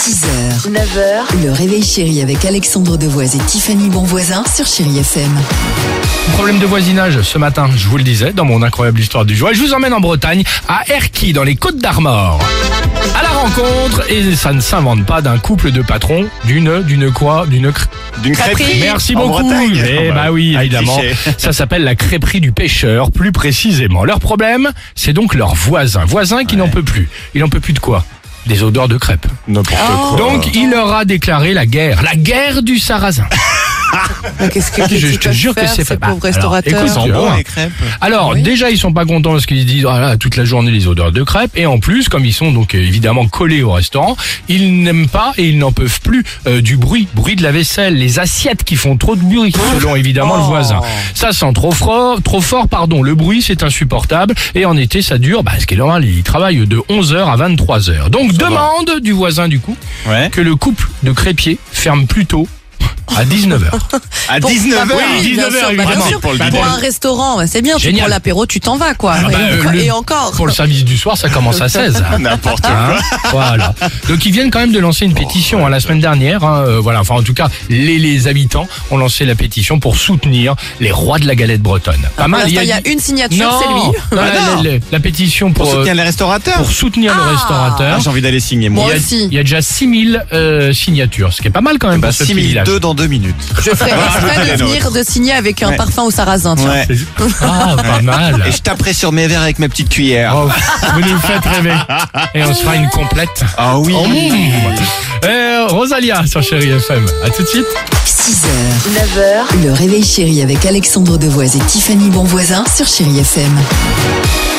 6h, 9h, le réveil chéri avec Alexandre Devoise et Tiffany Bonvoisin sur Chéri FM. Problème de voisinage ce matin, je vous le disais, dans mon incroyable histoire du jour. Et je vous emmène en Bretagne, à Erquy, dans les Côtes d'Armor. À la rencontre, et ça ne s'invente pas, d'un couple de patrons, d'une crêperie. Merci En beaucoup. Bretagne. Eh bah oui, évidemment. Ça s'appelle la crêperie du pêcheur, plus précisément. Leur problème, c'est donc leur voisin qui n'en peut plus. Il n'en peut plus de quoi? Des odeurs de crêpes. N'importe quoi. Donc il leur a déclaré la guerre du sarrasin. Qu'est-ce que Je te jure que c'est ces pas. pauvres Alors, restaurateurs. écoute, Ils sont bons, les crêpes. Alors, déjà, ils sont pas contents parce qu'ils disent, ah là, toute la journée, les odeurs de crêpes. Et en plus, comme ils sont donc évidemment collés au restaurant, ils n'aiment pas et ils n'en peuvent plus du bruit de la vaisselle, les assiettes qui font trop de bruit, selon évidemment le voisin. Ça sent trop fort, le bruit, c'est insupportable. Et en été, ça dure, ce qui est normal, ils travaillent de 11h à 23h. Donc, demande du voisin, du coup, Ouais. que le couple de crêpiers ferme plus tôt. À 19h. À Bon, 19h. bah, Oui, 19h, bien sûr, évidemment. sûr. Pour le Pour dîner. un restaurant, c'est bien. Génial. Pour l'apéro, tu t'en vas, quoi. Et encore. Pour le service du soir, ça commence à 16. N'importe Hein, quoi. voilà. Donc ils viennent quand même de lancer une pétition la semaine dernière. Voilà. Enfin, en tout cas, les habitants ont lancé la pétition pour soutenir les rois de la galette bretonne. Pas Pour mal. l'instant, il y a une signature, c'est lui. Non, non. la pétition Pour pour soutenir les restaurateurs. pour soutenir le restaurateur. Ah, j'ai envie d'aller signer, moi. Moi Il y a- aussi. Il y a déjà 6000 signatures, ce qui est pas mal quand même pour ce petit village. 6002 dans 2 minutes. Je ferais exprès de venir de signer avec un Ouais. parfum au sarrasin, tiens. Ouais. Ah, pas mal. Et je taperai sur mes verres avec ma petite cuillère. Oh, vous nous faites rêver. Et on se fera une complète. Ah oui. Rosalia sur Chéri FM. À tout de suite. 6h, 9h, le réveil chéri avec Alexandre Devoise et Tiffany Bonvoisin sur Chéri FM.